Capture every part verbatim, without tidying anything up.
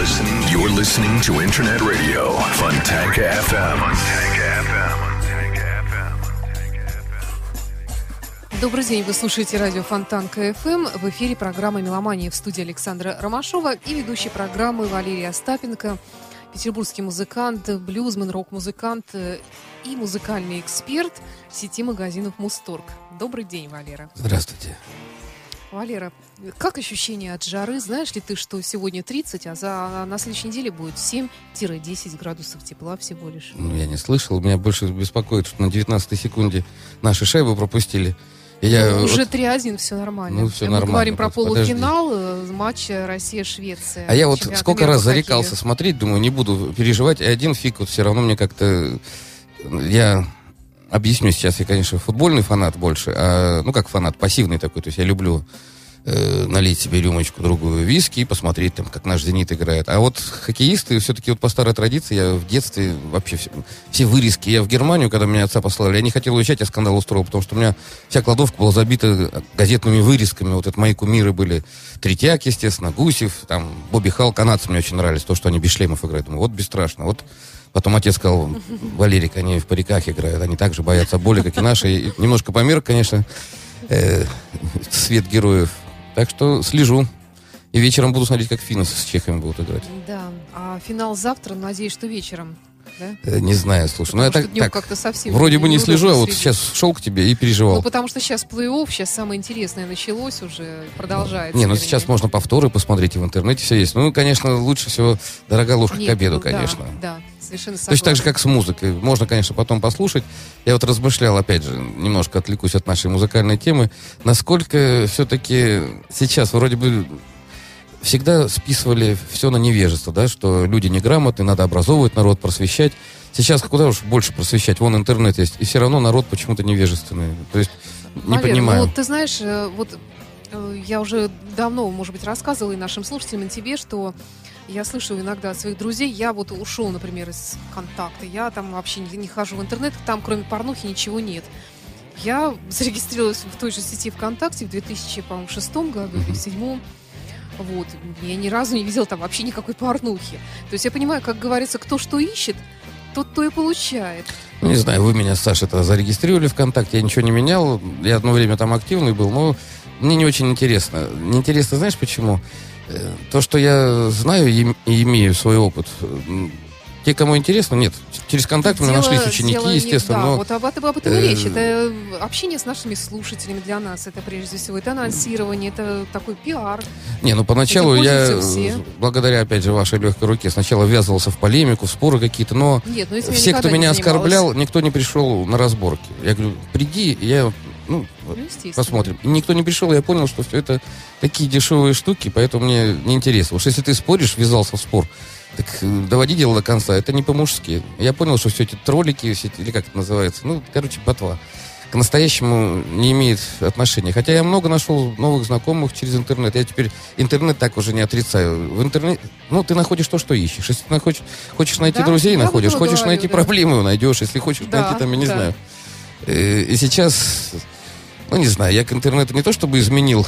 listening, you're listening to Internet Radio Fontanka эф эм. Добрый день, вы слушаете радио Фонтанка эф эм. В эфире программа «Меломания», в студии Александра Ромашова и ведущий программы Валерия Остапенко, петербургский музыкант, блюзмен, рок-музыкант и музыкальный эксперт сети магазинов «Мусторг». Добрый день, Валера. Здравствуйте. Валера, как ощущения от жары? Знаешь ли ты, что сегодня тридцать, а за, на следующей неделе будет семь-десять градусов тепла всего лишь? Ну, я не слышал. Меня больше беспокоит, что на девятнадцатой секунде наши шайбу пропустили. И я ну, вот... Уже три один, все нормально. Ну, все Мы нормально. говорим про полуфинал Подожди. матча Россия-Швеция. А я вот сколько раз зарекался смотреть, думаю, не буду переживать. И один фиг вот все равно мне как-то... Я объясню сейчас, я, конечно, футбольный фанат больше, а, ну, как фанат, пассивный такой. То есть я люблю э, налить себе рюмочку другую виски и посмотреть, там, как наш «Зенит» играет. А вот хоккеисты, все-таки вот по старой традиции, я в детстве вообще все, все вырезки. Я в Германию, когда меня отца послали, я не хотел уезжать, я скандал устроил, потому что у меня вся кладовка была забита газетными вырезками. Вот это мои кумиры были. Третьяк, естественно, Гусев, там, Бобби Халл, канадцы мне очень нравились, то, что они без шлемов играют. Думаю, вот бесстрашно. Вот потом отец сказал, Валерик, они в париках играют, они также боятся боли, как и наши. И немножко померк, конечно, э, свет героев. Так что слежу. И вечером буду смотреть, как финны с чехами будут играть. Да, а финал завтра, надеюсь, что вечером, да? Э, не знаю, слушай. Ну, я так, так как-то совсем вроде бы не слежу, а вот следить. сейчас шел к тебе и переживал. Ну, потому что сейчас плей-офф, сейчас самое интересное началось уже, продолжается. Не, ну вернее. сейчас можно повторы посмотреть, и в интернете все есть. Ну, конечно, лучше всего дорогая ложка Нет, к обеду, ну, конечно. Да, да, совершенно согласна. Точно так же, как с музыкой. Можно, конечно, потом послушать. Я вот размышлял, опять же, немножко отвлекусь от нашей музыкальной темы, насколько все-таки сейчас вроде бы всегда списывали все на невежество, да, что люди неграмотные, надо образовывать народ, просвещать. Сейчас куда уж больше просвещать, вон интернет есть, и все равно народ почему-то невежественный. То есть не Валер, понимаю. Ну, ты знаешь, вот я уже давно, может быть, рассказывала и нашим слушателям, и тебе, что я слышу иногда от своих друзей, я вот ушел, например, из контакта, я там вообще не, не хожу в интернет, там кроме порнухи ничего нет. Я зарегистрировалась в той же сети ВКонтакте в две тысячи шестом году или в две тысячи седьмом. Вот. Я ни разу не видела там вообще никакой порнухи. То есть я понимаю, как говорится, кто что ищет, тот то и получает. Ну, не знаю, вы меня, Саша, это зарегистрировали ВКонтакте, я ничего не менял, я одно время там активный был, но мне не очень интересно. Неинтересно, знаешь почему? То, что я знаю и имею свой опыт, те, кому интересно, нет. Через контакт у меня нашлись ученики, дело естественно. Не, да, но, вот об этом, об этом и речь. Это общение с нашими слушателями для нас. Это прежде всего, это анонсирование, это такой пиар. Не, ну поначалу я, все. благодаря, опять же, вашей легкой руке, сначала ввязывался в полемику, в споры какие-то, но нет, ну, все, кто меня оскорблял, никто не пришел на разборки. Я говорю, приди, я... Ну, ну посмотрим. И никто не пришел, я понял, что все это такие дешевые штуки, поэтому мне неинтересно. Уж если ты споришь, ввязался в спор, так доводи дело до конца, это не по-мужски. Я понял, что все эти троллики, все эти, или как это называется, ну, короче, ботва, к настоящему не имеет отношения. Хотя я много нашел новых знакомых через интернет. Я теперь интернет так уже не отрицаю. В интернете, ну, ты находишь то, что ищешь. Если ты находишь, хочешь найти да, друзей, да, находишь. Хочешь говорю, найти да. проблемы, найдешь. Если хочешь да, найти, там, я не да. знаю. И сейчас, ну, не знаю, я к интернету не то чтобы изменил,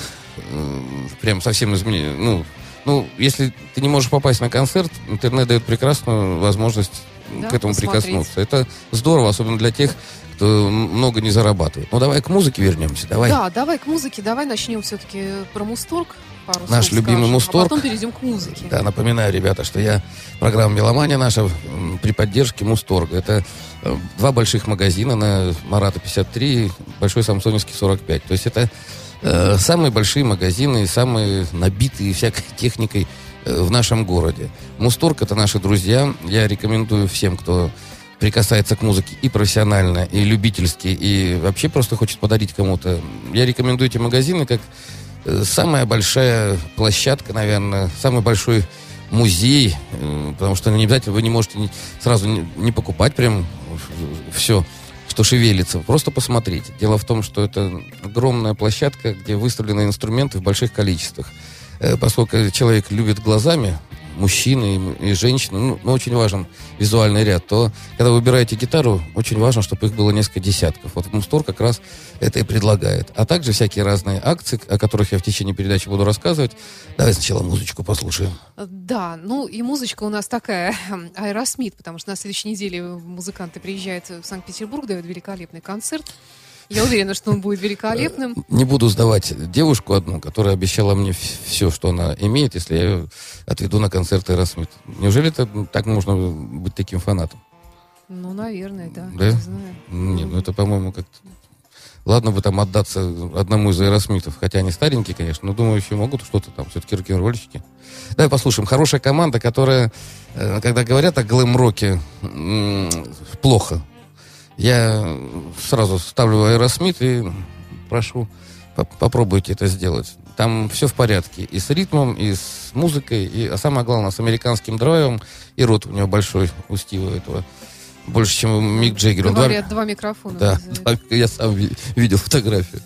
прям совсем изменил, ну, Ну, если ты не можешь попасть на концерт, интернет дает прекрасную возможность да, к этому посмотреть. прикоснуться. Это здорово, особенно для тех, кто много не зарабатывает. Ну, давай к музыке вернемся, давай. Да, давай к музыке, давай начнем все-таки про Мусторг. Пару Наш слов любимый скажем, Мусторг. А потом перейдем к музыке. Да, напоминаю, ребята, что я, программа «Меломания» наша при поддержке Мусторга. Это два больших магазина на Марата пятьдесят три, Большой Самсоневский сорок пять. То есть это э, самые большие магазины, самые набитые всякой техникой э, в нашем городе. Мусторг — это наши друзья. Я рекомендую всем, кто прикасается к музыке и профессионально, и любительски, и вообще просто хочет подарить кому-то. Я рекомендую эти магазины как самая большая площадка, наверное, самый большой музей, потому что не обязательно вы не можете не, сразу не, не покупать прям все, что шевелится, просто посмотрите. Дело в том, что это огромная площадка, где выставлены инструменты в больших количествах. Поскольку человек любит глазами мужчины и, и женщины, ну, ну, очень важен визуальный ряд, то, когда вы выбираете гитару, очень важно, чтобы их было несколько десятков. Вот Муз-Тор как раз это и предлагает. А также всякие разные акции, о которых я в течение передачи буду рассказывать. Давай сначала музычку послушаем. Да, ну и музычка у нас такая, Аэросмит, потому что на следующей неделе музыканты приезжают в Санкт-Петербург, дают великолепный концерт. Я уверена, что он будет великолепным. Не буду сдавать девушку одну, которая обещала мне все, что она имеет, если я ее отведу на концерт Aerosmith. Неужели это, так можно быть таким фанатом? Ну, наверное, да. Да? Не знаю. Нет, ну это, по-моему, как-то... Ладно бы там отдаться одному из Аэросмитов, хотя они старенькие, конечно, но, думаю, еще могут что-то там, все-таки рок-н-ролльщики. Давай послушаем. Хорошая команда, которая, когда говорят о глэм-роке, плохо. Я сразу ставлю Aerosmith и прошу, попробуйте это сделать. Там все в порядке. И с ритмом, и с музыкой, и, а самое главное, с американским драйвом. И рот у него большой, у Стива этого. Больше, чем у Мик Джаггера. Говорят, два, два микрофона. Да, два, я сам ви- видел фотографию.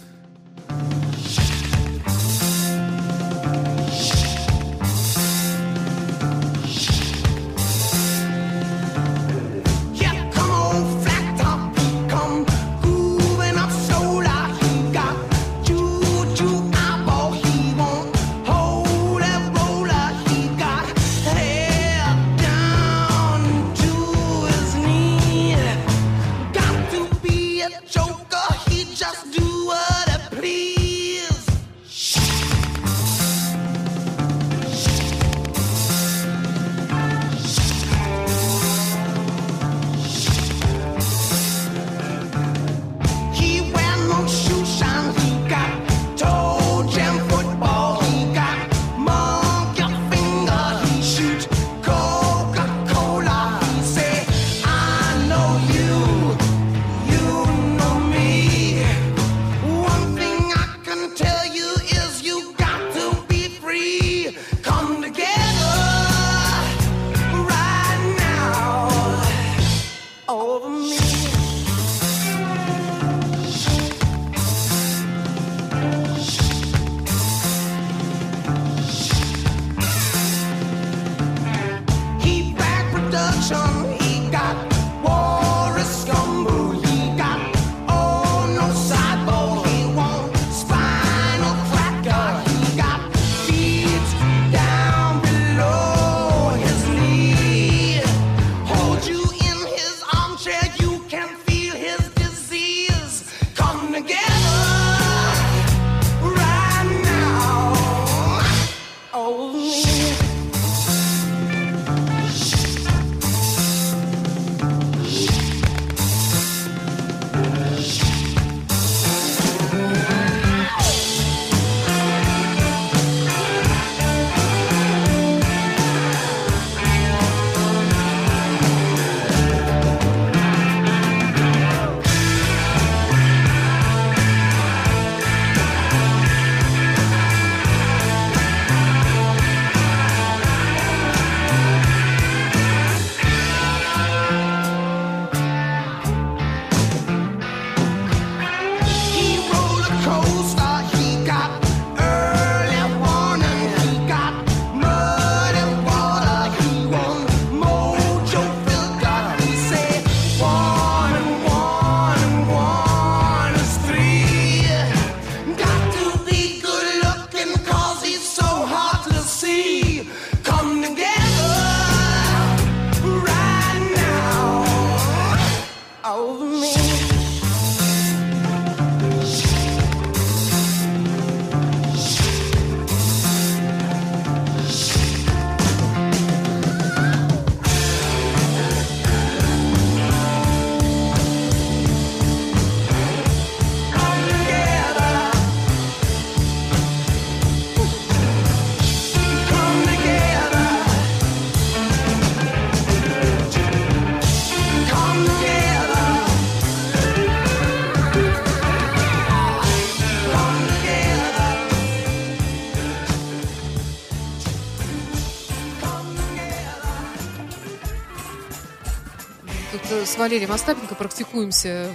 С Валерием Остапенко практикуемся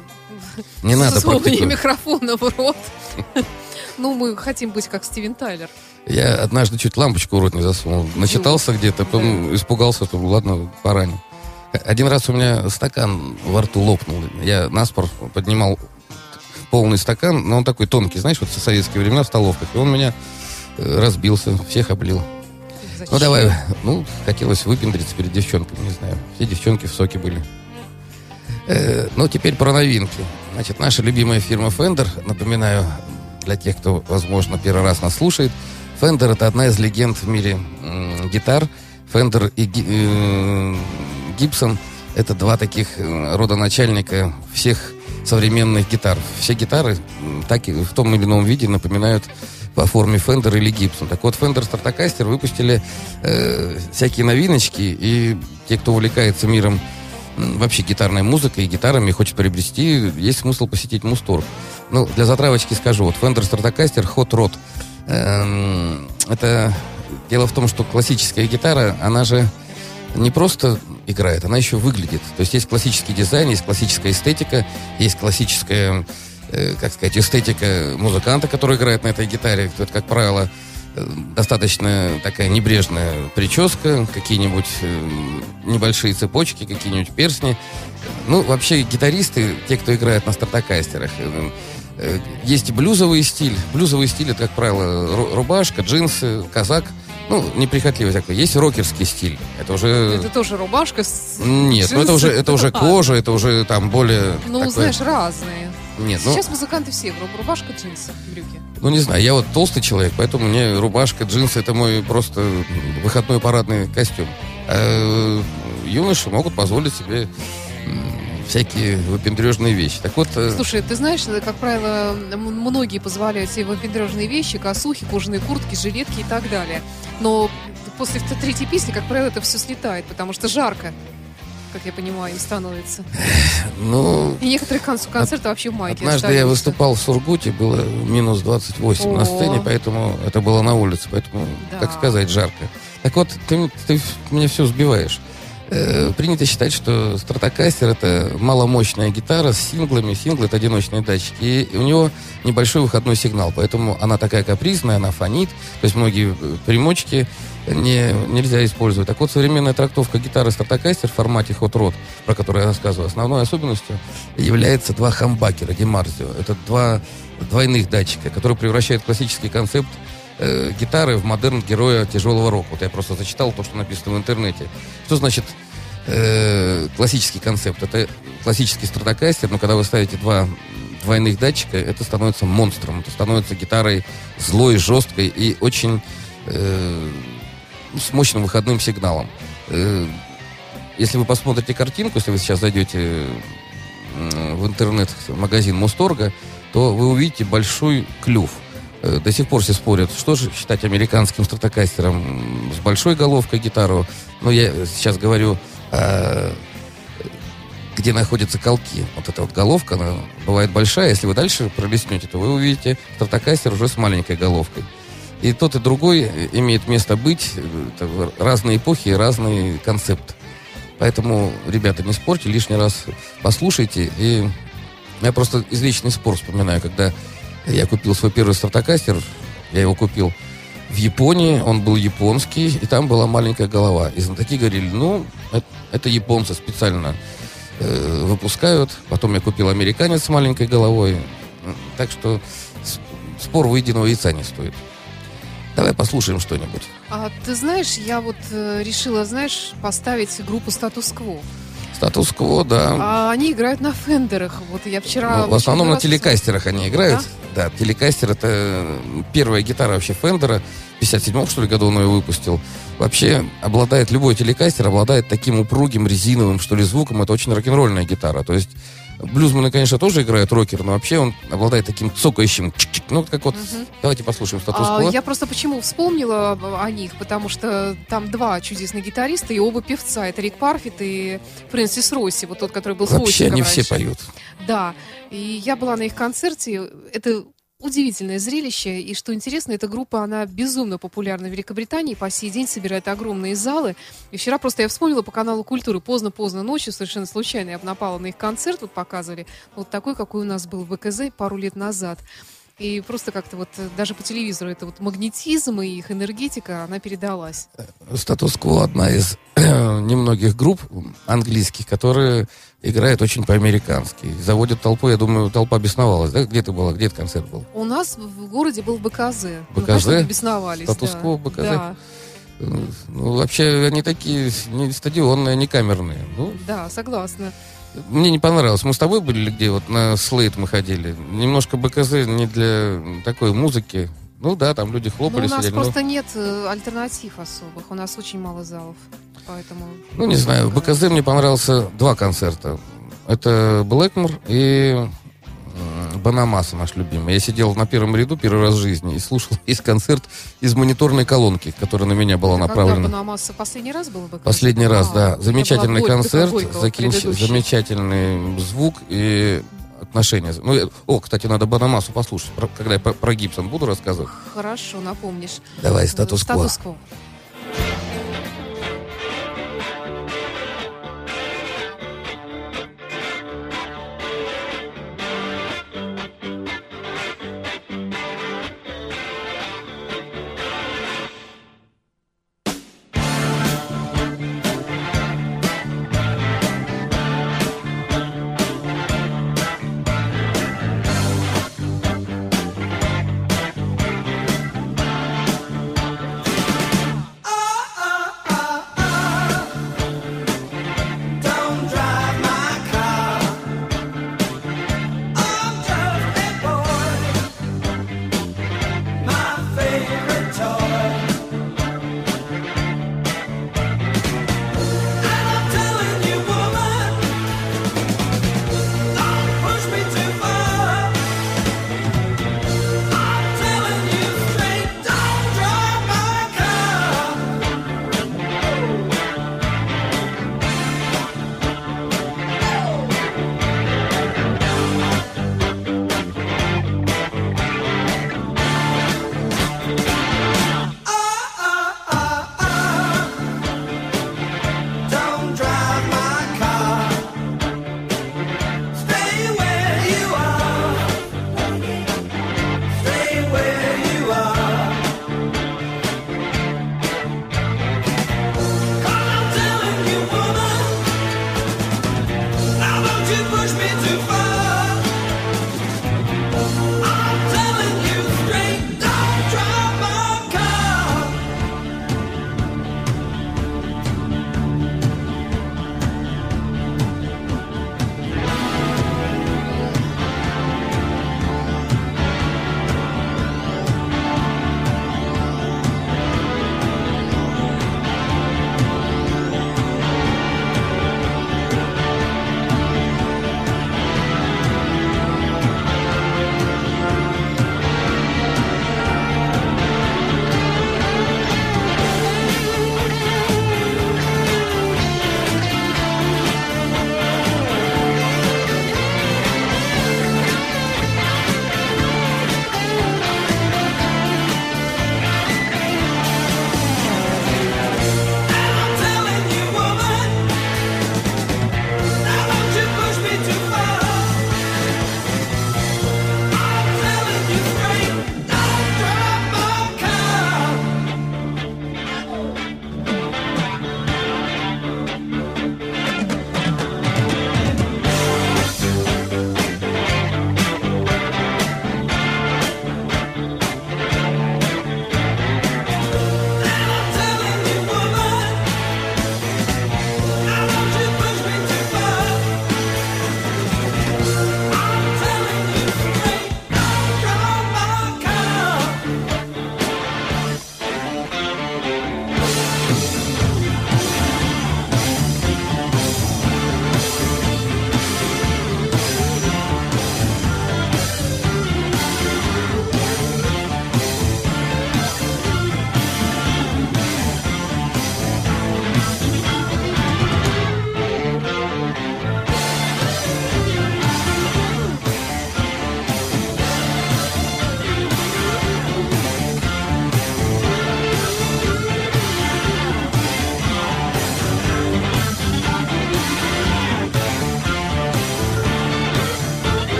в, Не в надо засовывании практику... микрофона в рот. Ну, мы хотим быть как Стивен Тайлер. Я однажды чуть лампочку в рот не засунул. Начитался где-то, потом испугался, то ладно, поранил. Один раз у меня стакан во рту лопнул. Я наспор поднимал полный стакан, но он такой тонкий, знаешь, вот в советские времена в столовках. И он меня разбился, всех облил. Зачем? Ну, давай, ну, хотелось выпендриться перед девчонками, не знаю. Все девчонки в соке были. Э, ну, теперь про новинки. Значит, наша любимая фирма Fender, напоминаю, для тех, кто, возможно, первый раз нас слушает, Fender — это одна из легенд в мире м, гитар. Fender и э, Gibson — это два таких родоначальника всех современных гитар. Все гитары так и в том или ином виде напоминают по форме Fender или Gibson. Так вот, Fender Stratocaster выпустили э, всякие новиночки, и те, кто увлекается миром вообще гитарной музыкой и гитарами, хочет приобрести, есть смысл посетить Мусторг. Ну, для затравочки скажу, вот Fender Stratocaster Hot Rod. Эм, это дело в том, что классическая гитара, она же не просто играет, она еще выглядит. То есть есть классический дизайн, есть классическая эстетика, есть классическая, э, как сказать, эстетика музыканта, который играет на этой гитаре. Это, как правило, достаточно такая небрежная прическа, какие-нибудь э, небольшие цепочки, какие-нибудь перстни. Ну, вообще, гитаристы, те, кто играет на стратокастерах, э, э, есть блюзовый стиль. Блюзовый стиль — это, как правило, рубашка, джинсы, казак. Ну, неприхотливый такой. Есть рокерский стиль. Это уже... Это тоже рубашка с... Нет, ну это уже, это уже кожа, это уже там более... Ну, такое... знаешь, разные. Нет, Сейчас ну... музыканты все. Рубашка, джинсы, брюки. Ну, не знаю, я вот толстый человек, поэтому мне рубашка, джинсы — это мой просто выходной парадный костюм. А юноши могут позволить себе всякие выпендрежные вещи. Так вот... Слушай, ты знаешь, как правило, многие позволяют себе выпендрежные вещи, косухи, кожаные куртки, жилетки и так далее. Но после третьей песни, как правило, это все слетает, потому что жарко, как я понимаю, им становится. Ну... И некоторые кон- концерты вообще в майке Однажды остаются. Я выступал в Сургуте, было минус двадцать восемь О. на сцене, поэтому это было на улице, поэтому, да. как сказать, жарко. Так вот, ты, ты меня все сбиваешь. Э, принято считать, что Stratocaster — это маломощная гитара с синглами. Синглы — это одиночные датчики. И у него небольшой выходной сигнал, поэтому она такая капризная, она фонит. То есть многие примочки не, нельзя использовать. Так вот, современная трактовка гитары Stratocaster в формате Hot Rod, про который я рассказывал, основной особенностью является два хамбакера Демарзио. Это два двойных датчика, которые превращают классический концепт э, гитары в модерн героя тяжелого рока. Вот я просто зачитал то, что написано в интернете. Что значит э, классический концепт? Это классический Stratocaster, но когда вы ставите два двойных датчика, это становится монстром. Это становится гитарой злой, жесткой и очень э, с мощным выходным сигналом. Э, если вы посмотрите картинку, если вы сейчас зайдете в интернет-магазин Мусторга, то вы увидите большой клюв. До сих пор все спорят, что же считать американским стратокастером с большой головкой гитару. Но я сейчас говорю, а, где находятся колки. Вот эта вот головка, она бывает большая. Если вы дальше пролистнете, то вы увидите стратокастер уже с маленькой головкой. И тот, и другой имеет место быть. Это разные эпохи, разный концепт. Поэтому, ребята, не спорьте, лишний раз послушайте. И я просто извечный спор вспоминаю, когда я купил свой первый стратокастер. Я его купил в Японии, он был японский, и там была маленькая голова. И знатоки говорили, ну, это, это японцы специально э, выпускают. Потом я купил американец с маленькой головой. Так что спор выеденного яйца не стоит. Давай послушаем что-нибудь. А ты знаешь, я вот э, решила, знаешь, поставить группу «Статус-кво». «Статус-кво», да. А они играют на фендерах. Вот я вчера... Ну, в основном на телекастерах они играют. Да? Да, телекастер — это первая гитара вообще Фендера. В пятьдесят седьмом, что ли, году он ее выпустил. Вообще, обладает, любой телекастер обладает таким упругим, резиновым, что ли, звуком. Это очень рок-н-ролльная гитара. То есть блюзманы, конечно, тоже играют рокер, но вообще он обладает таким цокающим. Ну, как вот. Угу. Давайте послушаем «Статус-кво». А, я просто почему вспомнила о них, потому что там два чудесных гитариста и оба певца. Это Рик Парфит и Фрэнсис Росси, вот тот, который был с Вообще они раньше. все поют. Да, и я была на их концерте. Это удивительное зрелище. И что интересно, эта группа, она безумно популярна в Великобритании. По сей день собирает огромные залы. И вчера просто я вспомнила по каналу «Культуры». Поздно-поздно ночью, совершенно случайно, я напала на их концерт. Вот показывали. Вот такой, какой у нас был в ВКЗ пару лет назад. И просто как-то вот даже по телевизору это вот магнетизм и их энергетика, она передалась. Статус-кво одна из немногих групп английских, которые играют очень по-американски. Заводят толпу, я думаю, толпа бесновалась. Да? Где ты была? Где этот концерт был? У нас в городе был БКЗ. БКЗ? Ну, конечно, бесновались. Статус-кво да. БКЗ? Да. Ну, вообще, они такие не стадионные, не камерные. Ну, да, согласна. Мне не понравилось. Мы с тобой были где? Вот на Слейт мы ходили. Немножко БКЗ не для такой музыки. Ну да, там люди хлопали, ну, у нас сидели. просто но... нет э, альтернатив особых. У нас очень мало залов. Поэтому... Ну, не знаю. В БКЗ мне понравился два концерта. Это Блэкмор и Банамаса, наш любимый. Я сидел на первом ряду первый раз в жизни и слушал весь концерт из мониторной колонки, которая на меня была Это направлена. Когда Банамаса последний раз был? БКЗ? Последний а, раз, да. Замечательный Горько, концерт, Горько, закин... замечательный звук и отношения. Ну, о, кстати, надо Банамасу послушать, про, когда я про, про Гибсон буду рассказывать. Хорошо, напомнишь. Давай, статус-кво. Статус-кво.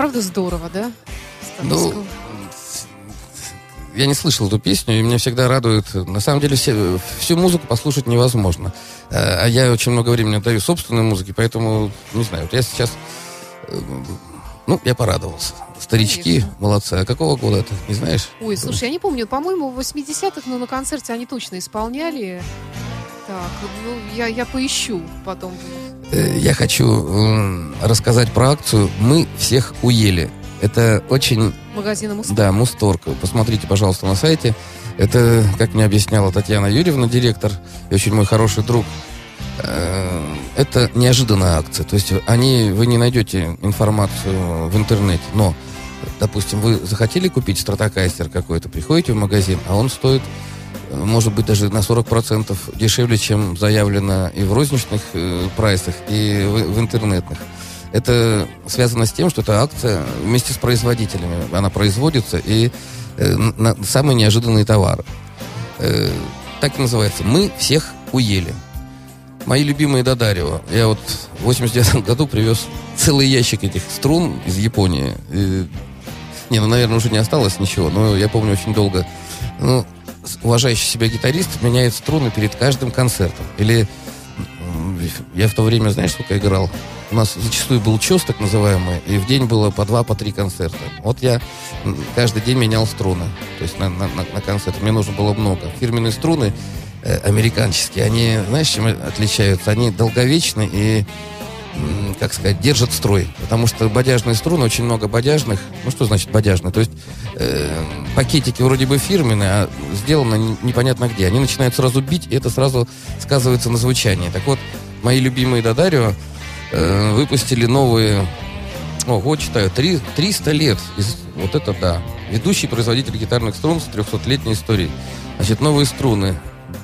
правда здорово, да? Ну, я не слышал эту песню, и меня всегда радует. На самом деле, все, всю музыку послушать невозможно. А я очень много времени отдаю собственной музыке, поэтому, не знаю, вот я сейчас... Ну, я порадовался. Старички, конечно, молодцы. А какого года это, не знаешь? Ой, слушай, я не помню, по-моему, в восьмидесятых, но на концерте они точно исполняли. Так, ну, я, я поищу потом. Я хочу э, рассказать про акцию «Мы всех уели». Это очень... Магазина Мусторг. Да, Мусторг. Посмотрите, пожалуйста, на сайте. Это, как мне объясняла Татьяна Юрьевна, директор, и очень мой хороший друг, э, это неожиданная акция. То есть они, вы не найдете информацию в интернете, но, допустим, вы захотели купить стратокастер какой-то, приходите в магазин, а он стоит, может быть, даже на сорок процентов дешевле, чем заявлено и в розничных э, прайсах, и в, в интернетных. Это связано с тем, что эта акция вместе с производителями, она производится, и э, на, самые неожиданные товары. Э, так и называется «Мы всех уели». Мои любимые Додарио. Я вот в восемьдесят девятом году привез целый ящик этих струн из Японии. И, не, ну, наверное, уже не осталось ничего, но я помню очень долго. Ну, уважающий себя гитарист меняет струны перед каждым концертом. Или я в то время, знаешь, сколько играл? У нас зачастую был ЧОС, так называемый, и в день было по два, по три концерта. Вот я каждый день менял струны, то есть на, на, на концерт. Мне нужно было много. Фирменные струны э, американские, они, знаешь, чем отличаются? Они долговечны и, м, как сказать, держат строй. Потому что бодяжные струны, очень много бодяжных. Ну, что значит бодяжные? То есть э, пакетики вроде бы фирменные, а сделаны непонятно где. Они начинают сразу бить, и это сразу сказывается на звучании. Так вот, мои любимые Додарио выпустили новые, ого, читаю, триста лет. Вот это да. Ведущий производитель гитарных струн с трехсотлетней историей. Значит, новые струны.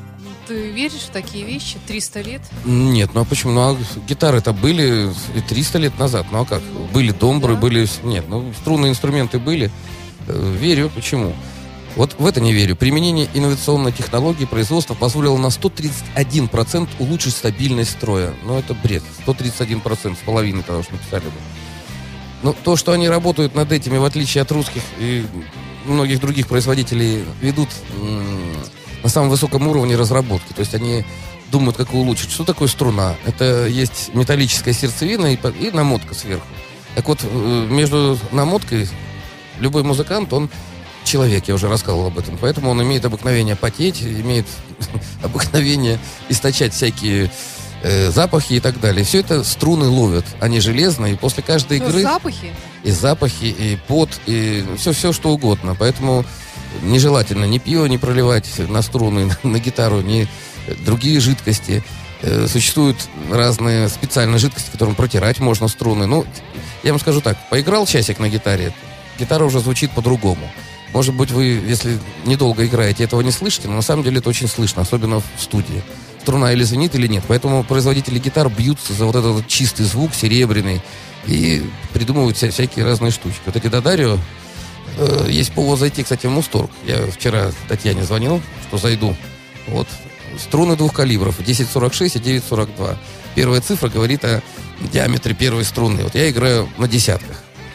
Ты веришь в такие вещи? триста лет? Нет, ну а почему? Ну а гитары-то были и триста лет назад. Ну а как? Были домбры, да? были... Нет, ну струнные инструменты были. Верю. Почему? Вот в это не верю. Применение инновационной технологии производства позволило на сто тридцать один процент улучшить стабильность строя. Ну, это бред. сто тридцать один процент, с половиной того, что написали бы. Ну, то, что они работают над этими, в отличие от русских и многих других производителей, ведут м- на самом высоком уровне разработки. То есть они думают, как улучшить. Что такое струна? Это есть металлическая сердцевина и, и намотка сверху. Так вот, между намоткой любой музыкант, он человек, я уже рассказывал об этом. Поэтому он имеет обыкновение потеть, имеет обыкновение источать всякие э, запахи и так далее. Все это струны ловят. Они железные, и после каждой игры... Запахи? И запахи, и пот, и все-все что угодно. Поэтому нежелательно ни пиво не проливать на струны, на гитару, ни другие жидкости. Э, существуют разные специальные жидкости, которым протирать можно струны. Ну, я вам скажу так, поиграл часик на гитаре, гитара уже звучит по-другому. Может быть, вы, если недолго играете, этого не слышите, но на самом деле это очень слышно, особенно в студии. Струна или звенит, или нет. Поэтому производители гитар бьются за вот этот чистый звук, серебряный, и придумывают вся, всякие разные штучки. Вот эти Додарио, э, есть повод зайти, кстати, в Мусторг. Я вчера Татьяне звонил, что зайду. Вот. Струны двух калибров, десять сорок шесть и девять сорок два. Первая цифра говорит о диаметре первой струны. Вот я играю на десятках.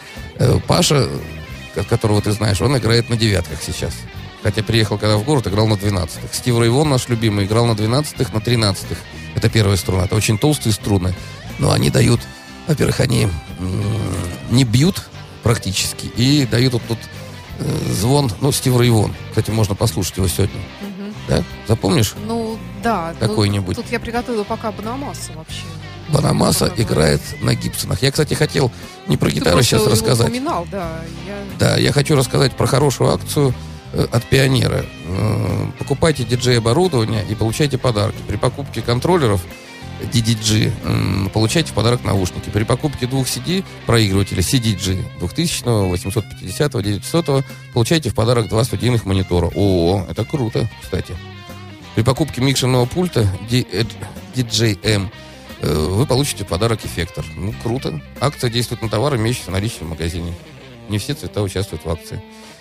Э, Паша, которого ты знаешь, он играет на девятках сейчас. Хотя приехал, когда в город, играл на двенадцатых. Стив Рэй Вон, наш любимый, играл на двенадцатых, на тринадцатых. Это первая струна. Это очень толстые струны. Но они дают, во-первых, они м- не бьют практически. И дают вот тут э, звон, ну, Стив Рэй Вон. Кстати, можно послушать его сегодня. Угу. Да? Запомнишь? Ну, да. Какой-нибудь. Ну, тут я приготовила пока Банамаса вообще. Банамаса играет на Гибсонах. Я, кстати, хотел не про гитару Ты сейчас рассказать. Упоминал, да. Я... Да, я хочу рассказать про хорошую акцию э, от Пионера. Э, покупайте диджей-оборудование и получайте подарки. При покупке контроллеров ди ди джи э, получайте в подарок наушники. При покупке двух си ди проигрывателя си ди джи двухтысячного, восемьсот пятидесятого, девятисотого получайте в подарок два студийных монитора. О, это круто, кстати. При покупке микшерного пульта ди джей эм вы получите в подарок эффектор. Ну, круто. Акция действует на товары, имеющиеся в наличии в магазине. Не все цвета участвуют в акции.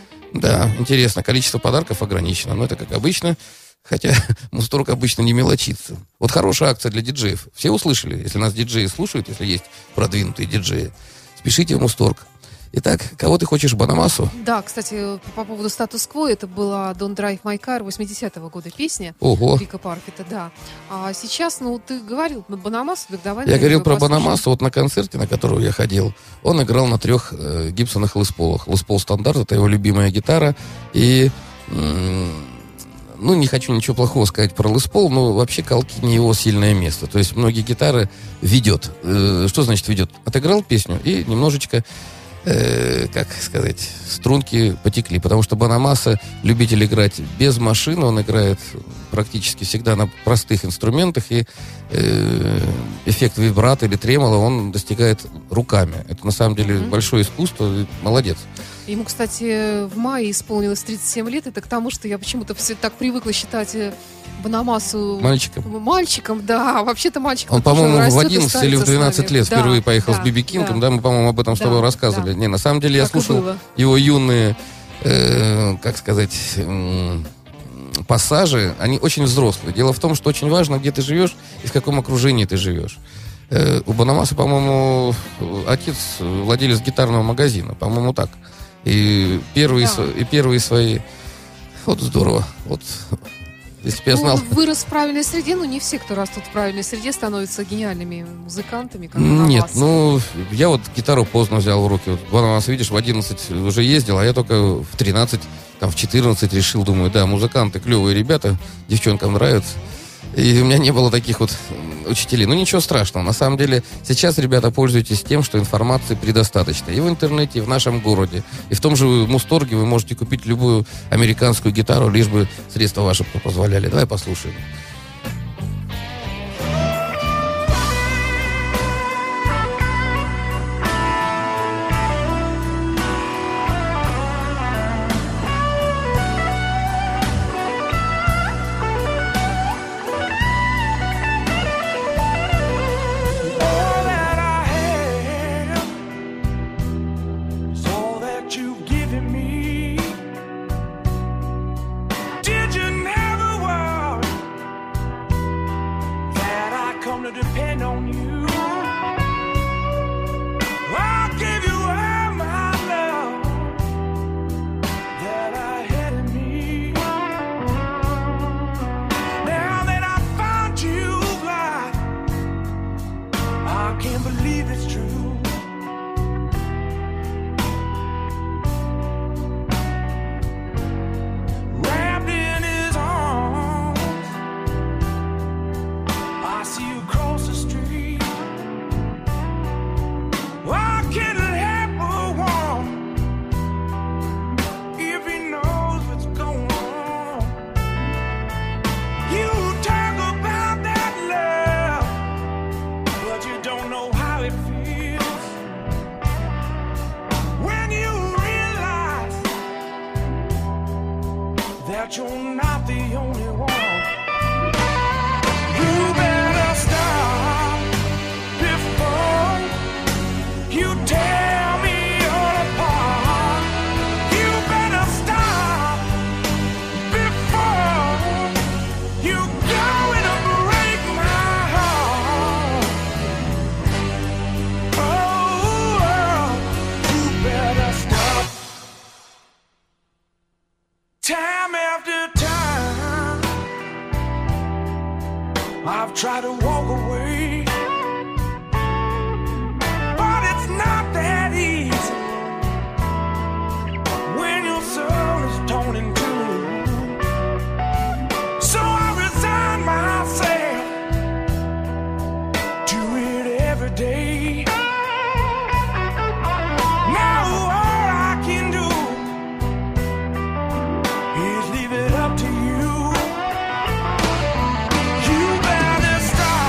Да, интересно. Количество подарков ограничено. Но это как обычно. Хотя Мусторг обычно не мелочится. Вот хорошая акция для диджеев. Все услышали? Если нас диджеи слушают, если есть продвинутые диджеи, спешите в Мусторг. Итак, кого ты хочешь, Бонамассу? Да, кстати, по, по поводу статус-кво, это была Don't Drive My Car восьмидесятого года песня. Ого. Рика Парфита, да. А сейчас, ну, ты говорил на Бонамассу, так давай... Я говорил про послушаем. Бонамассу, вот на концерте, на который я ходил, он играл на трех э, гибсонах Лес Полах. Лес Пол стандарт, это его любимая гитара, и... М- Ну, не хочу ничего плохого сказать про Лес Пол, но вообще колки не его сильное место. То есть многие гитары ведет. Э, что значит ведет? Отыграл песню и немножечко, э, как сказать, струнки потекли. Потому что Бонамасса любитель играть без машины, он играет практически всегда на простых инструментах, и э, эффект вибрато или тремоло он достигает руками. Это на самом деле mm-hmm. большое искусство, молодец. Ему, кстати, в мае исполнилось тридцать семь лет. Это к тому, что я почему-то все так привыкла считать Бонамассу мальчиком. Мальчиком, да. Вообще-то мальчик. Он, по-моему, в одиннадцать или в двенадцать лет да, впервые поехал да, с Биби Кингом. Да. да, мы, по-моему, об этом с да, тобой рассказывали. Да. Не, на самом деле я так слушал его юные, э, как сказать, э, пассажи. Они очень взрослые. Дело в том, что очень важно, где ты живешь и в каком окружении ты живешь. Э, у Бонамассы, по-моему, отец владелец гитарного магазина. По-моему, так. И первые, да. и первые свои... Вот здорово. Вот, если бы я знал... Ну, вырос в правильной среде, но не все, кто растут в правильной среде, становятся гениальными музыкантами, как Нет, ну, я вот гитару поздно взял в руки. Вот Бонамасса, видишь, в одиннадцать уже ездил, а я только в тринадцать, там, в четырнадцать решил, думаю, да, музыканты клевые ребята, девчонкам нравятся. И у меня не было таких вот учителей. Ну, ничего страшного. На самом деле, сейчас, ребята, пользуйтесь тем, что информации предостаточно. И в интернете, и в нашем городе. И в том же Мусторге вы можете купить любую американскую гитару, лишь бы средства ваши позволяли. Давай послушаем. I've tried to walk away, but it's not that easy when your soul is torn in two. So I resign myself to it every day. Now all I can do is leave it up to you. You better stop.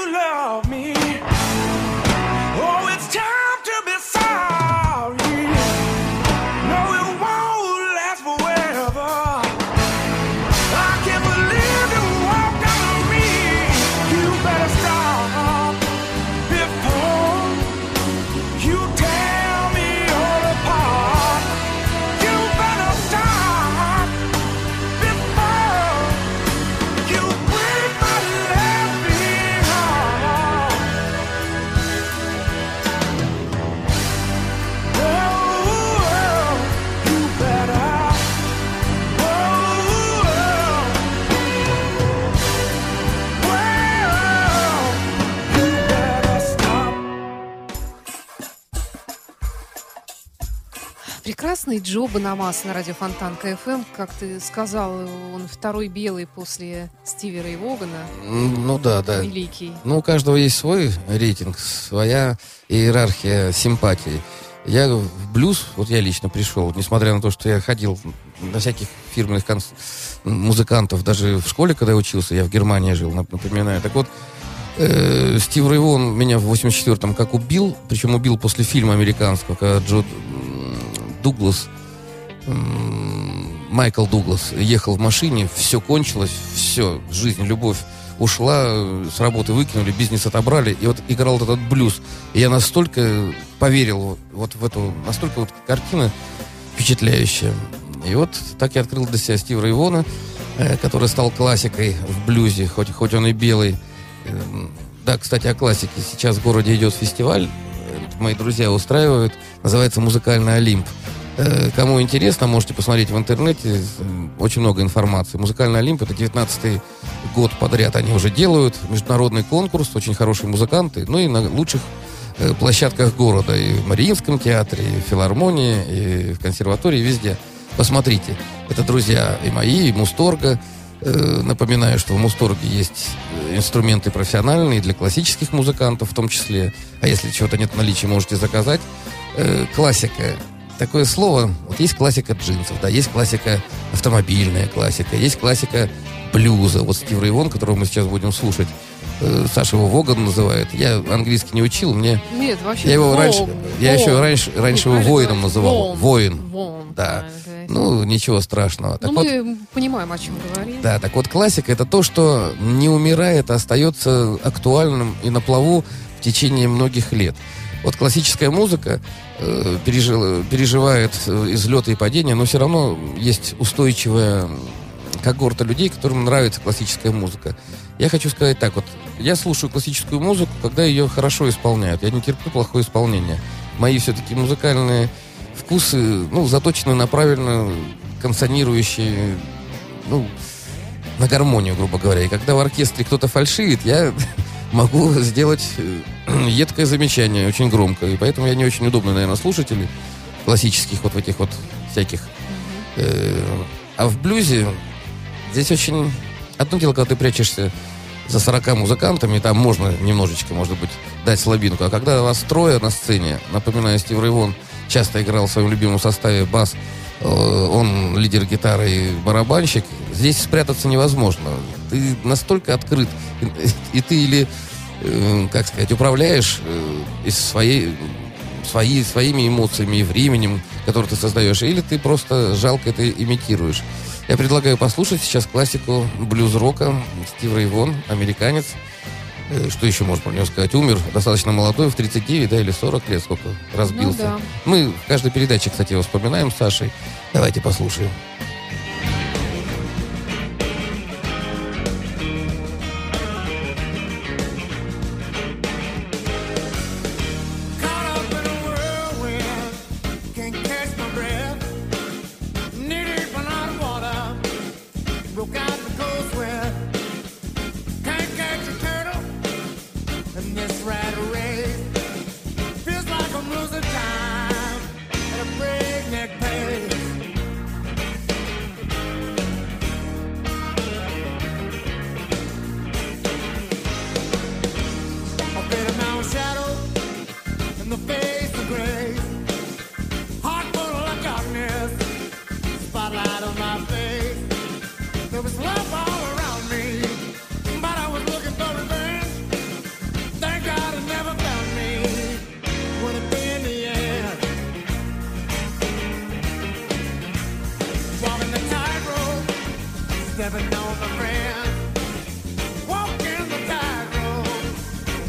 you love me. Oh, it's time to be sorry. No, it won't last forever. I can't believe you walked out on me. You better stop before you tear me all apart. You better stop before you break my loving heart. Oh, you better. Oh, well, you better stop. Прекрасный Джо Бонамасс на радио Фонтан КФМ. Как ты сказал, он второй белый после Стиви Рэй Вогана. М, Ну да, да. Великий. Ну, у каждого есть свой рейтинг, своя иерархия симпатий. Я в блюз, вот я лично пришел, несмотря на то, что я ходил на всяких фирменных конс- музыкантов, даже в школе, когда я учился, я в Германии жил, нап- напоминаю. Так вот, э, Стив Рэй Вон меня в восемьдесят четвёртом как убил, причем убил после фильма американского, когда Джо м, Дуглас, м, Майкл Дуглас ехал в машине, все кончилось, все, жизнь, любовь ушла, э, с работы выкинули, бизнес отобрали, и вот играл вот этот блюз. И я настолько поверил вот в эту, настолько вот картина впечатляющая. И вот так я открыл для себя Стива Рэй Вона, э, который стал классикой в блюзе, хоть, хоть он и белый. Эм, Да, кстати, о классике. Сейчас в городе идет фестиваль, э, мои друзья устраивают, называется «Музыкальный Олимп». Э, Кому интересно, можете посмотреть в интернете, э, очень много информации. «Музыкальный Олимп» — это девятнадцатый год подряд они уже делают, международный конкурс, очень хорошие музыканты, ну и на лучших э, площадках города, и в Мариинском театре, и в филармонии, и в консерватории, везде. Посмотрите. Это друзья и мои, и Мусторга. Э, Напоминаю, что в Мусторге есть э, инструменты профессиональные для классических музыкантов в том числе. А если чего-то нет в наличии, можете заказать. Э, Классика. Такое слово. Вот есть классика джинсов, да, есть классика автомобильная классика, есть классика блюза. Вот Стив Рэй Вон, которого мы сейчас будем слушать, э, Саша его Воган называет. Я английский не учил, мне... Нет, вообще. Я его Вон, раньше... Я вон. еще раньше, раньше его Правильно воином говорить. называл. Вон. Воин. Вон, Да. правильно говорить. Ну, ничего страшного. Так Ну, вот, мы понимаем, о чем говорим. да, так вот, классика — это то, что не умирает, а остается актуальным и на плаву в течение многих лет. Вот классическая музыка э, пережила- переживает э, излеты и падения, но все равно есть устойчивая когорта людей, которым нравится классическая музыка. Я хочу сказать так вот. Я слушаю классическую музыку, когда ее хорошо исполняют. Я не терплю плохое исполнение. Мои все-таки музыкальные вкусы, ну, заточены на правильно консонирующие, ну, на гармонию, грубо говоря. И когда в оркестре кто-то фальшивит, я могу сделать э, едкое замечание очень громко. И поэтому я не очень удобный, наверное, слушатель классических вот этих вот всяких. Э, а в блюзе здесь очень... Одно дело, когда ты прячешься за сорока музыкантами, там можно немножечко, может быть, дать слабинку. А когда вас трое на сцене, напоминаю, Стив Рэй Вон часто играл в своем любимом составе бас, э, он лидер гитары и барабанщик, здесь спрятаться невозможно. Ты настолько открыт, и, и ты или, э, как сказать, управляешь э, из своей, свои, своими эмоциями и временем, которое ты создаешь, или ты просто жалко это имитируешь. Я предлагаю послушать сейчас классику блюз-рока. Стив Рэй Вон, американец. Э, Что еще можно про него сказать? Умер достаточно молодой, в тридцать девять, да, или сорок лет, сколько разбился. Ну да. Мы в каждой передаче, кстати, его вспоминаем с Сашей. Давайте послушаем. Caught up in a whirlwind, can't catch my breath. Knee deep in hot water, broke out the cold sweat. Can't catch a turtle in this rat race. Feels like I'm losing time at a breakneck pace. I've been a mountain shadow in the face of grace. Heart full of darkness, spotlight on my face. There was love all around me, but I was looking for revenge.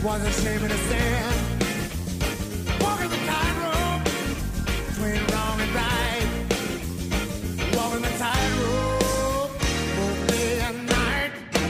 was a shame in the sand. Walking the tightrope between wrong and right. Walking the tightrope both day and night.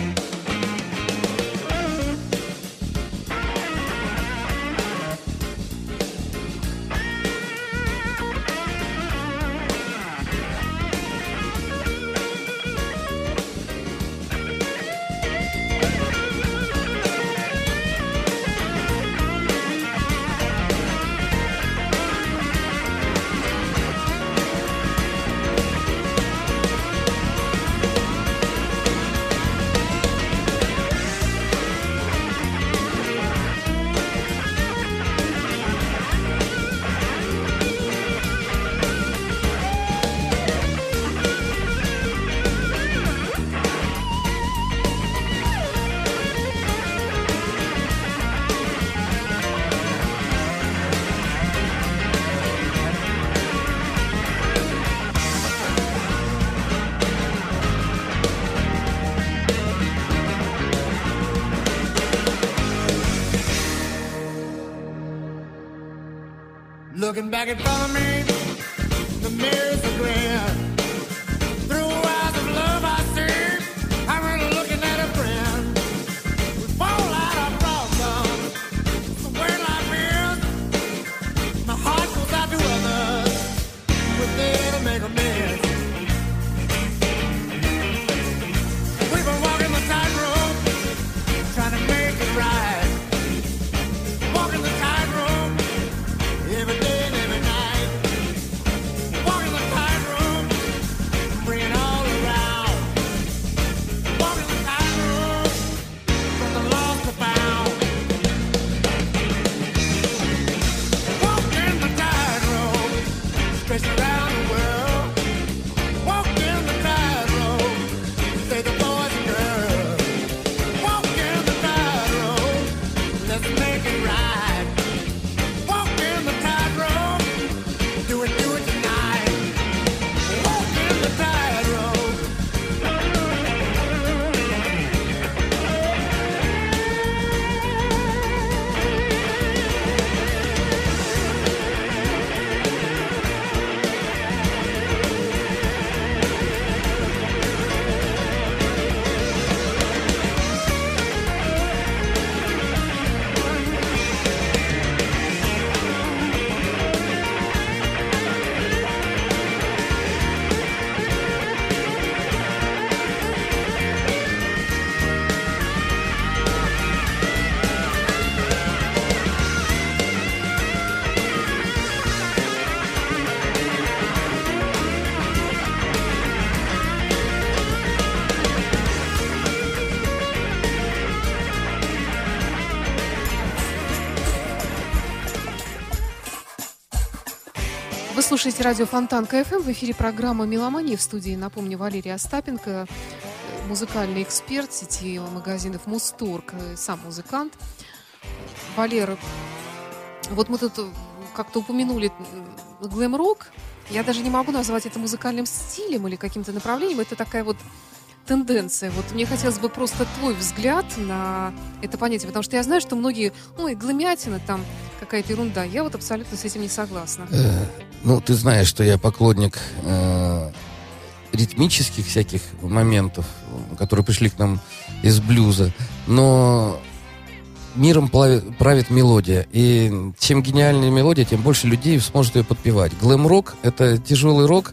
Looking back in front of me, the mirror's a grin. Through eyes of love I see, I'm really looking at a friend. We fall out of problems, the way life is. My heart goes out to others, we're there to make amends. We've been walking the tightrope, trying to make it right. Walking the tightrope every day. Вы слушаете радио Фонтан КФМ. В эфире программа «Меломания». В студии, напомню, Валерия Остапенко, музыкальный эксперт сети магазинов «Мусторг», сам музыкант. Валера, вот мы тут как-то упомянули глэм-рок. Я даже не могу назвать это музыкальным стилем или каким-то направлением. Это такая вот тенденция. Вот мне хотелось бы просто твой взгляд на это понятие, потому что я знаю, что многие, ой, глэмятина, там какая-то ерунда. Я вот абсолютно с этим не согласна. Э, ну, ты знаешь, что я поклонник э, ритмических всяких моментов, которые пришли к нам из блюза, но миром плавит, правит мелодия. И чем гениальнее мелодия, тем больше людей сможет ее подпевать. Глэм-рок — это тяжелый рок,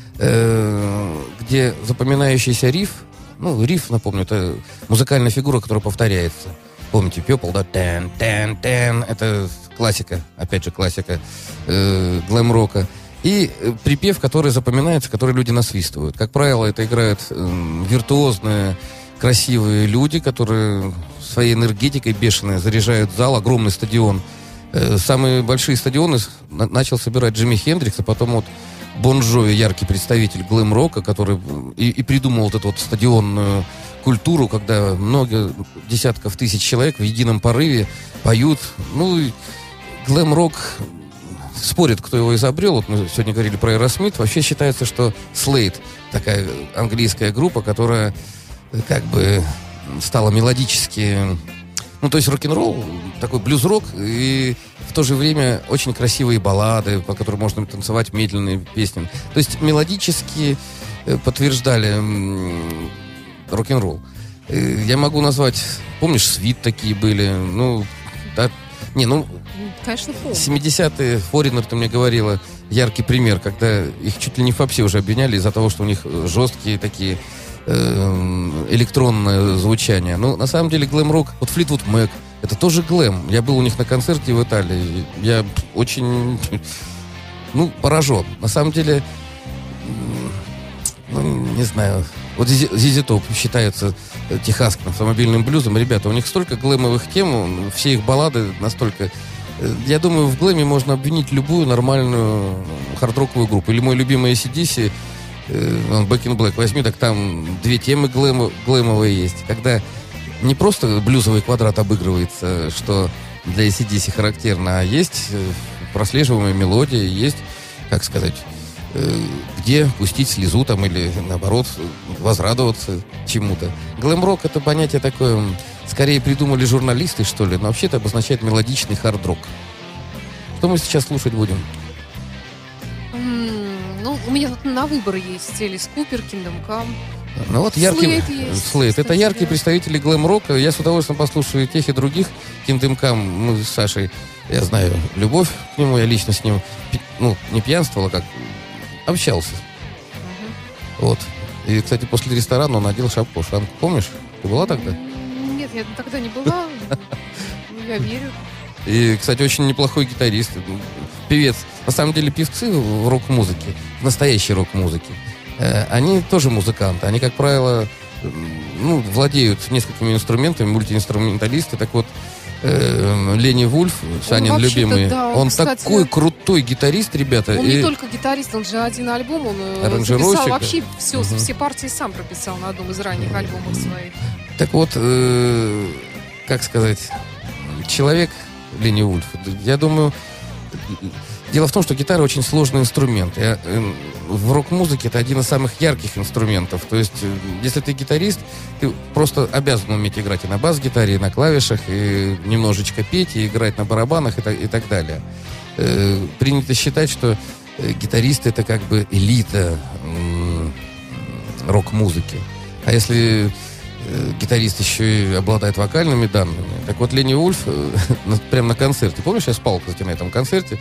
э, где запоминающийся риф, ну, риф, напомню, это музыкальная фигура, которая повторяется. Помните, People, да? Тэн, тэн, тэн. Это классика, опять же, классика э, глэм-рока. И э, припев, который запоминается, который люди насвистывают. Как правило, это играют э, виртуозные, красивые люди, которые своей энергетикой бешеной заряжают зал, огромный стадион. Э, самые большие стадионы на- начал собирать Джимми Хендрикс, а потом вот Бон Джови, яркий представитель глэм-рока, который и, и придумал вот эту вот стадионную культуру, когда много десятков тысяч человек в едином порыве поют. Ну, глэм-рок, спорят, кто его изобрел. Вот мы сегодня говорили про Aerosmith. Вообще считается, что Slade, такая английская группа, которая как бы стала мелодически, Ну, то есть рок-н-ролл, такой блюз-рок, и в то же время очень красивые баллады, по которым можно танцевать, медленные песни. То есть мелодически подтверждали м, рок-н-ролл. Я могу назвать, помнишь, «Свит» такие были, ну, да, не, ну, конечно, помню. семидесятые, Foreigner, ты мне говорила, яркий пример, когда их чуть ли не в попсе уже обвиняли из-за того, что у них жесткие такие э, электронное звучание. Но на самом деле глэм-рок, вот Fleetwood Mac, это тоже глэм. Я был у них на концерте в Италии, я очень, ну, поражен. На самом деле, ну, не знаю, вот Зизи Топ считается техасским автомобильным блюзом. Ребята, у них столько глэмовых тем, все их баллады настолько... Я думаю, в глэме можно обвинить любую нормальную хард-роковую группу. Или мой любимый эй си ди си, Back in Black, возьми, так там две темы глэм, глэмовые есть. Когда не просто блюзовый квадрат обыгрывается, что для эй си ди си характерно, а есть прослеживаемая мелодия, есть, как сказать... где пустить слезу там или, наоборот, возрадоваться чему-то. Глэм-рок — это понятие такое, скорее придумали журналисты, что ли, но вообще это обозначает мелодичный хард-рок. Что мы сейчас слушать будем? Mm, ну, у меня тут на выбор есть Элис Купер, Kingdom Come. Ну вот яркий... Slade есть, Slade. кстати, Это яркие да. представители глэм-рока. Я с удовольствием послушаю тех и других. Kingdom Come, мы с Сашей, я знаю, любовь к нему, я лично с ним, ну, не пьянствовал, а как... общался. Uh-huh. Вот. И, кстати, после ресторана он надел шапку-ушанку. Помнишь? Ты была тогда? Нет, я тогда не была. Я верю. И, кстати, очень неплохой гитарист. Певец. На самом деле, певцы в рок-музыке, в настоящей рок-музыке, они тоже музыканты. Они, как правило, ну, владеют несколькими инструментами, мультиинструменталисты. Так вот, Ленни Вульф, Санин любимый, да, он, кстати, такой крутой гитарист, ребята. Он и... не только гитарист, он же один альбом, он записал вообще все, угу. все партии сам прописал на одном из ранних альбомов своих. Так вот, э, как сказать, человек Ленни Вульф, я думаю, дело в том, что гитара очень сложный инструмент. Я, э, в рок-музыке это один из самых ярких инструментов. То есть, э, если ты гитарист, ты просто обязан уметь играть и на бас-гитаре, и на клавишах, и немножечко петь, и играть на барабанах, и, так, и так далее. Э, принято считать, что э, гитарист — это как бы элита э, рок-музыки. А если э, гитарист еще и обладает вокальными данными, так вот Ленни Вульф э, прямо на концерте, помнишь, я спал, кстати, на этом концерте,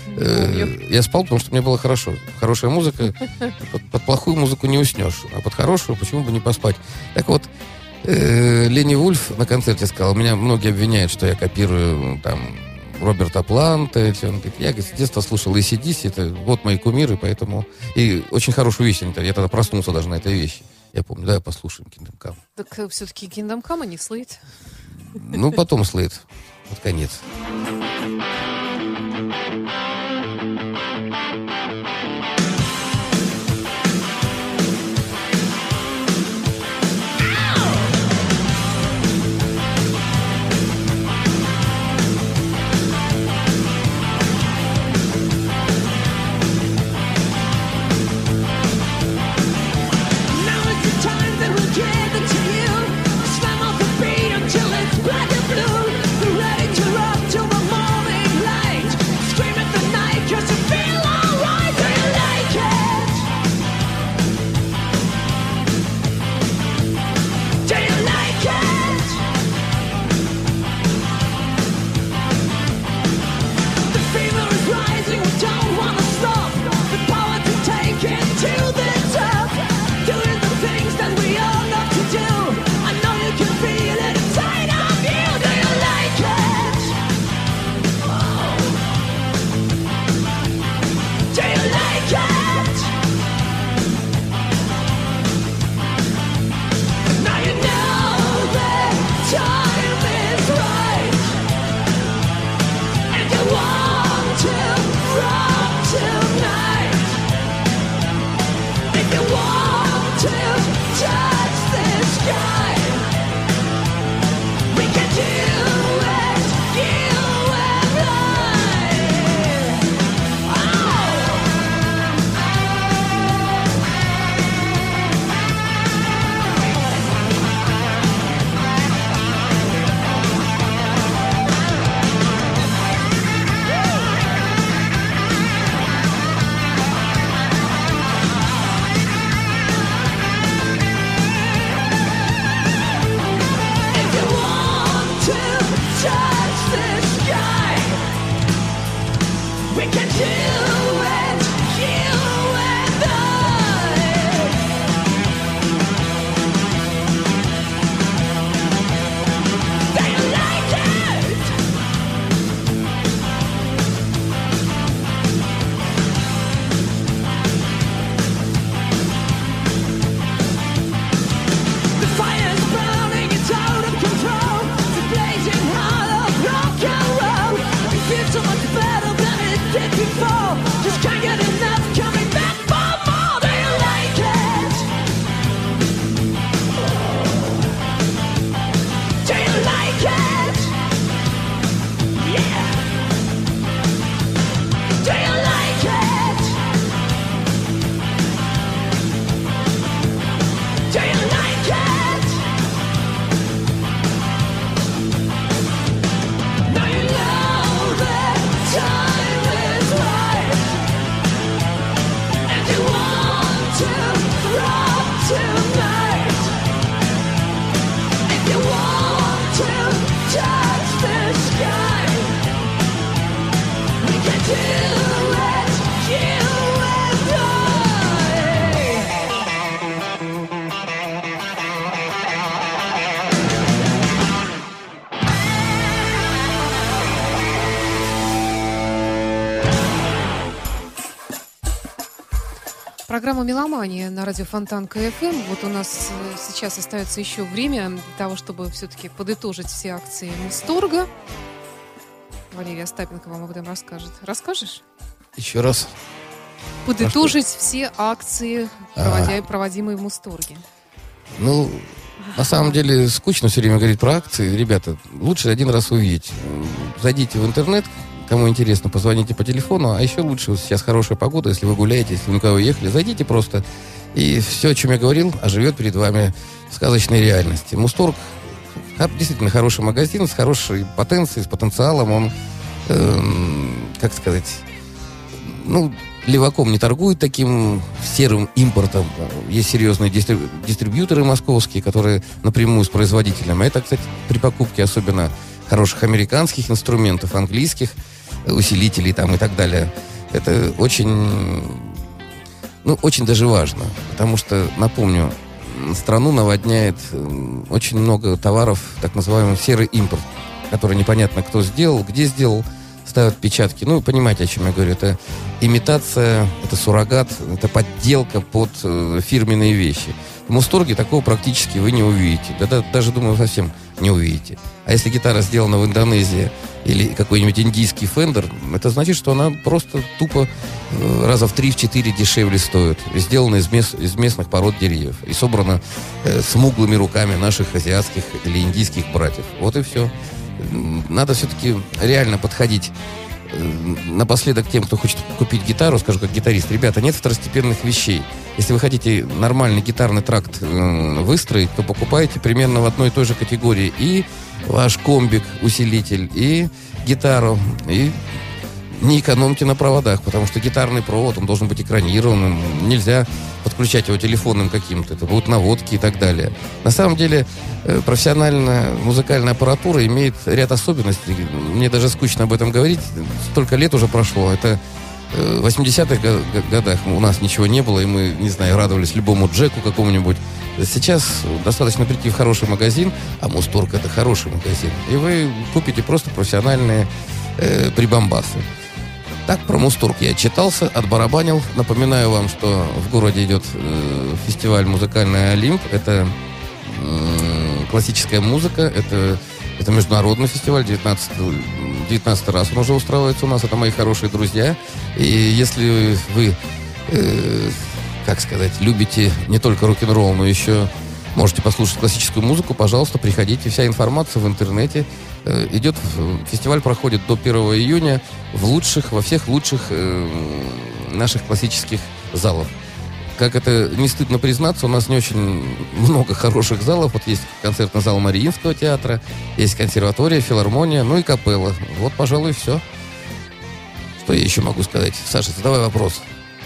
я спал, потому что мне было хорошо. Хорошая музыка. Под, под плохую музыку не уснешь. А под хорошую почему бы не поспать? Так вот, э, Ленни Вульф на концерте сказал, меня многие обвиняют, что я копирую там Роберта Планта. Он говорит, я с детства слушал эй си ди си, это вот мои кумиры, поэтому... И очень хорошую вещь. Я тогда проснулся даже на этой вещи. Я помню, давай послушаем Kingdom Come. Так все-таки Kingdom Come, а не Slade? Ну, потом Slade. Вот конец. Till it's black and blue, ready to rock to Программа «Меломания» на радио Фонтан КФМ. Вот у нас сейчас остается еще время для того, чтобы все-таки подытожить все акции Мусторга. Валерий Остапенко вам об этом расскажет. Расскажешь? Еще раз. Подытожить все акции, проводя, проводимые в Мусторге. Ну, на самом деле, скучно все время говорить про акции. Ребята, лучше один раз увидеть. Зайдите в интернет, кому интересно, позвоните по телефону. А еще лучше, вот сейчас хорошая погода, если вы гуляете, если вы никуда уехали, зайдите просто. И все, о чем я говорил, оживет перед вами в сказочной реальности. Мусторг действительно хороший магазин с хорошей потенцией, с потенциалом. Он, эм, как сказать, ну, леваком не торгует таким серым импортом. Есть серьезные дистриб- дистрибьюторы московские, которые напрямую с производителем. Это, кстати, при покупке особенно хороших американских инструментов, английских усилителей там и так далее. Это очень, ну, очень даже важно. Потому что, напомню, страну наводняет очень много товаров, так называемый серый импорт, который непонятно кто сделал, где сделал, ставят печатки. Ну, вы понимаете, о чем я говорю. Это имитация, это суррогат, это подделка под э, фирменные вещи. В Мусторге такого практически вы не увидите. Да, да, даже, думаю, совсем не увидите. А если гитара сделана в Индонезии или какой-нибудь индийский Фендер, это значит, что она просто тупо э, раза в три-четыре дешевле стоит. Сделана из, мес, из местных пород деревьев. И собрана э, смуглыми руками наших азиатских или индийских братьев. Вот и все. Надо все-таки реально подходить. Напоследок тем, кто хочет купить гитару, скажу как гитарист: ребята, нет второстепенных вещей. Если вы хотите нормальный гитарный тракт э, выстроить, то покупайте примерно в одной и той же категории и ваш комбик, усилитель, и гитару, и не экономьте на проводах, потому что гитарный провод, он должен быть экранированным, нельзя подключать его телефонным каким-то, это будут наводки и так далее. На самом деле, профессиональная музыкальная аппаратура имеет ряд особенностей. Мне даже скучно об этом говорить, столько лет уже прошло. Это в восьмидесятых годах у нас ничего не было, и мы, не знаю, радовались любому джеку какому-нибудь. Сейчас достаточно прийти в хороший магазин, а Мусторг — это хороший магазин, и вы купите просто профессиональные э, прибамбасы. Так, про Мусторг я читался, отбарабанил. Напоминаю вам, что в городе идет э, фестиваль «Музыкальный Олимп». Это э, классическая музыка, это, это международный фестиваль, девятнадцатый, девятнадцатый раз он уже устраивается у нас. Это мои хорошие друзья. И если вы, э, как сказать, любите не только рок-н-ролл, но еще можете послушать классическую музыку, пожалуйста, приходите. Вся информация в интернете. Идет, фестиваль проходит до первого июня в лучших, во всех лучших э, наших классических залах. Как это не стыдно признаться, у нас не очень много хороших залов. Вот есть концертный зал Мариинского театра, есть консерватория, филармония, ну и капелла. Вот, пожалуй, все. Что я еще могу сказать? Саша, задавай вопрос.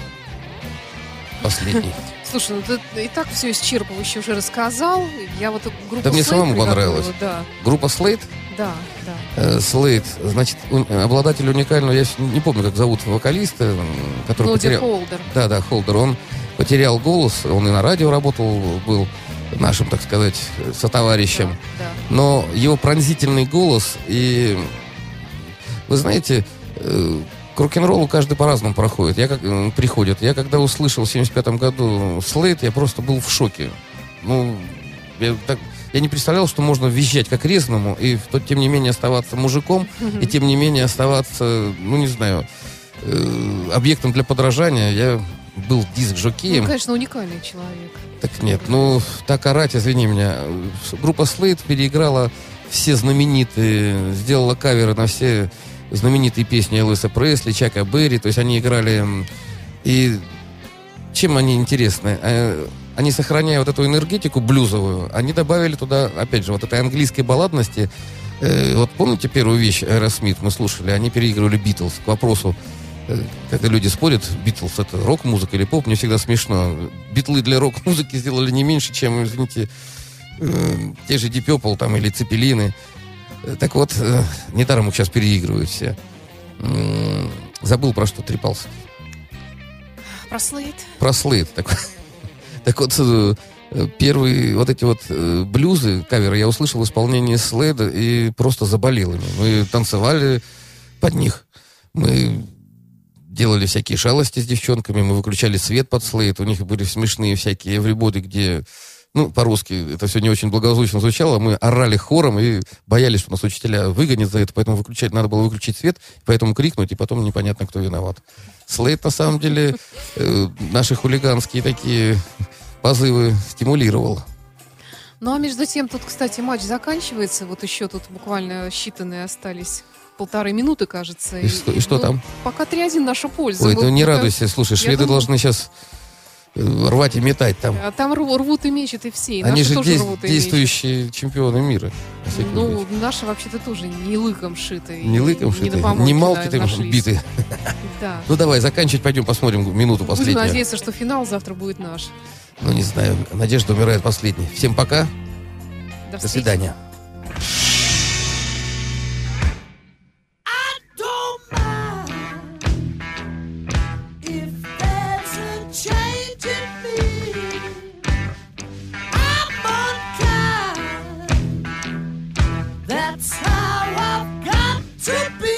Последний. Слушай, ну ты и так все исчерпывающе уже рассказал. Я вот группу Да мне Slade самому понравилось. Да. Группа Slade? Да, да. Slade, значит, обладатель уникального, я не помню, как зовут вокалиста, который Клоди потерял... Холдер. Да, да, Холдер. Он потерял голос, он и на радио работал, был нашим, так сказать, сотоварищем. Да, да. Но его пронзительный голос и... Вы знаете, к рок-н-роллу каждый по-разному проходит. Я как, приходит. Я когда услышал в семьдесят пятом году Slade, я просто был в шоке. Ну, я, так, я не представлял, что можно визжать как резному, и то, тем не менее оставаться мужиком, mm-hmm. и тем не менее оставаться, ну, не знаю, э, объектом для подражания. Я был диск-жокеем. Ну, конечно, уникальный человек. Так нет, ну, так орать, извини меня. Группа Slade переиграла все знаменитые, сделала каверы на все знаменитые песни Элвиса Пресли, Чака Берри, то есть они играли. И чем они интересны? Они, сохраняя вот эту энергетику блюзовую, они добавили туда, опять же, вот этой английской балладности. Вот помните первую вещь Aerosmith мы слушали? Они переигрывали Битлз. К вопросу, когда люди спорят, Битлз — это рок-музыка или поп, мне всегда смешно. Битлы для рок-музыки сделали не меньше, чем, извините, те же Deep Purple там, или Цепелины. Так вот, э, недаром их сейчас переигрывают все. М-м, забыл, про что трепался. Про Slade. Про Slade. Так, так вот, э, первые вот эти вот э, блюзы, каверы я услышал в исполнении Slade и просто заболел ими. Мы танцевали под них. Мы делали всякие шалости с девчонками, мы выключали свет под Слейд, у них были смешные всякие эврибоды, где, ну, по-русски это все не очень благозвучно звучало, мы орали хором и боялись, что нас учителя выгонят за это, поэтому выключать, надо было выключить свет, поэтому крикнуть, и потом непонятно, кто виноват. Слейд, на самом деле, э, наши хулиганские такие позывы стимулировал. Ну, а между тем, тут, кстати, матч заканчивается. Вот еще тут буквально считанные остались полторы минуты, кажется. И, и, что, и что ну, там? Пока три один наша польза. Ой, вот, ну не пока... радуйся, слушай, шведы думаю... должны сейчас рвать и метать там. А там рв, рвут и мечут, и все. И Они же тоже дей- рвут и действующие мечут. чемпионы мира. Ну, наши вообще-то тоже не лыком шиты. Не лыком шиты, не, не малки-то биты. Да. Ну давай, заканчивать, пойдем посмотрим минуту последнюю. Будем надеяться, что финал завтра будет наш. Ну не знаю, надежда умирает последней. Всем пока. До, До свидания. That's how I've got to be.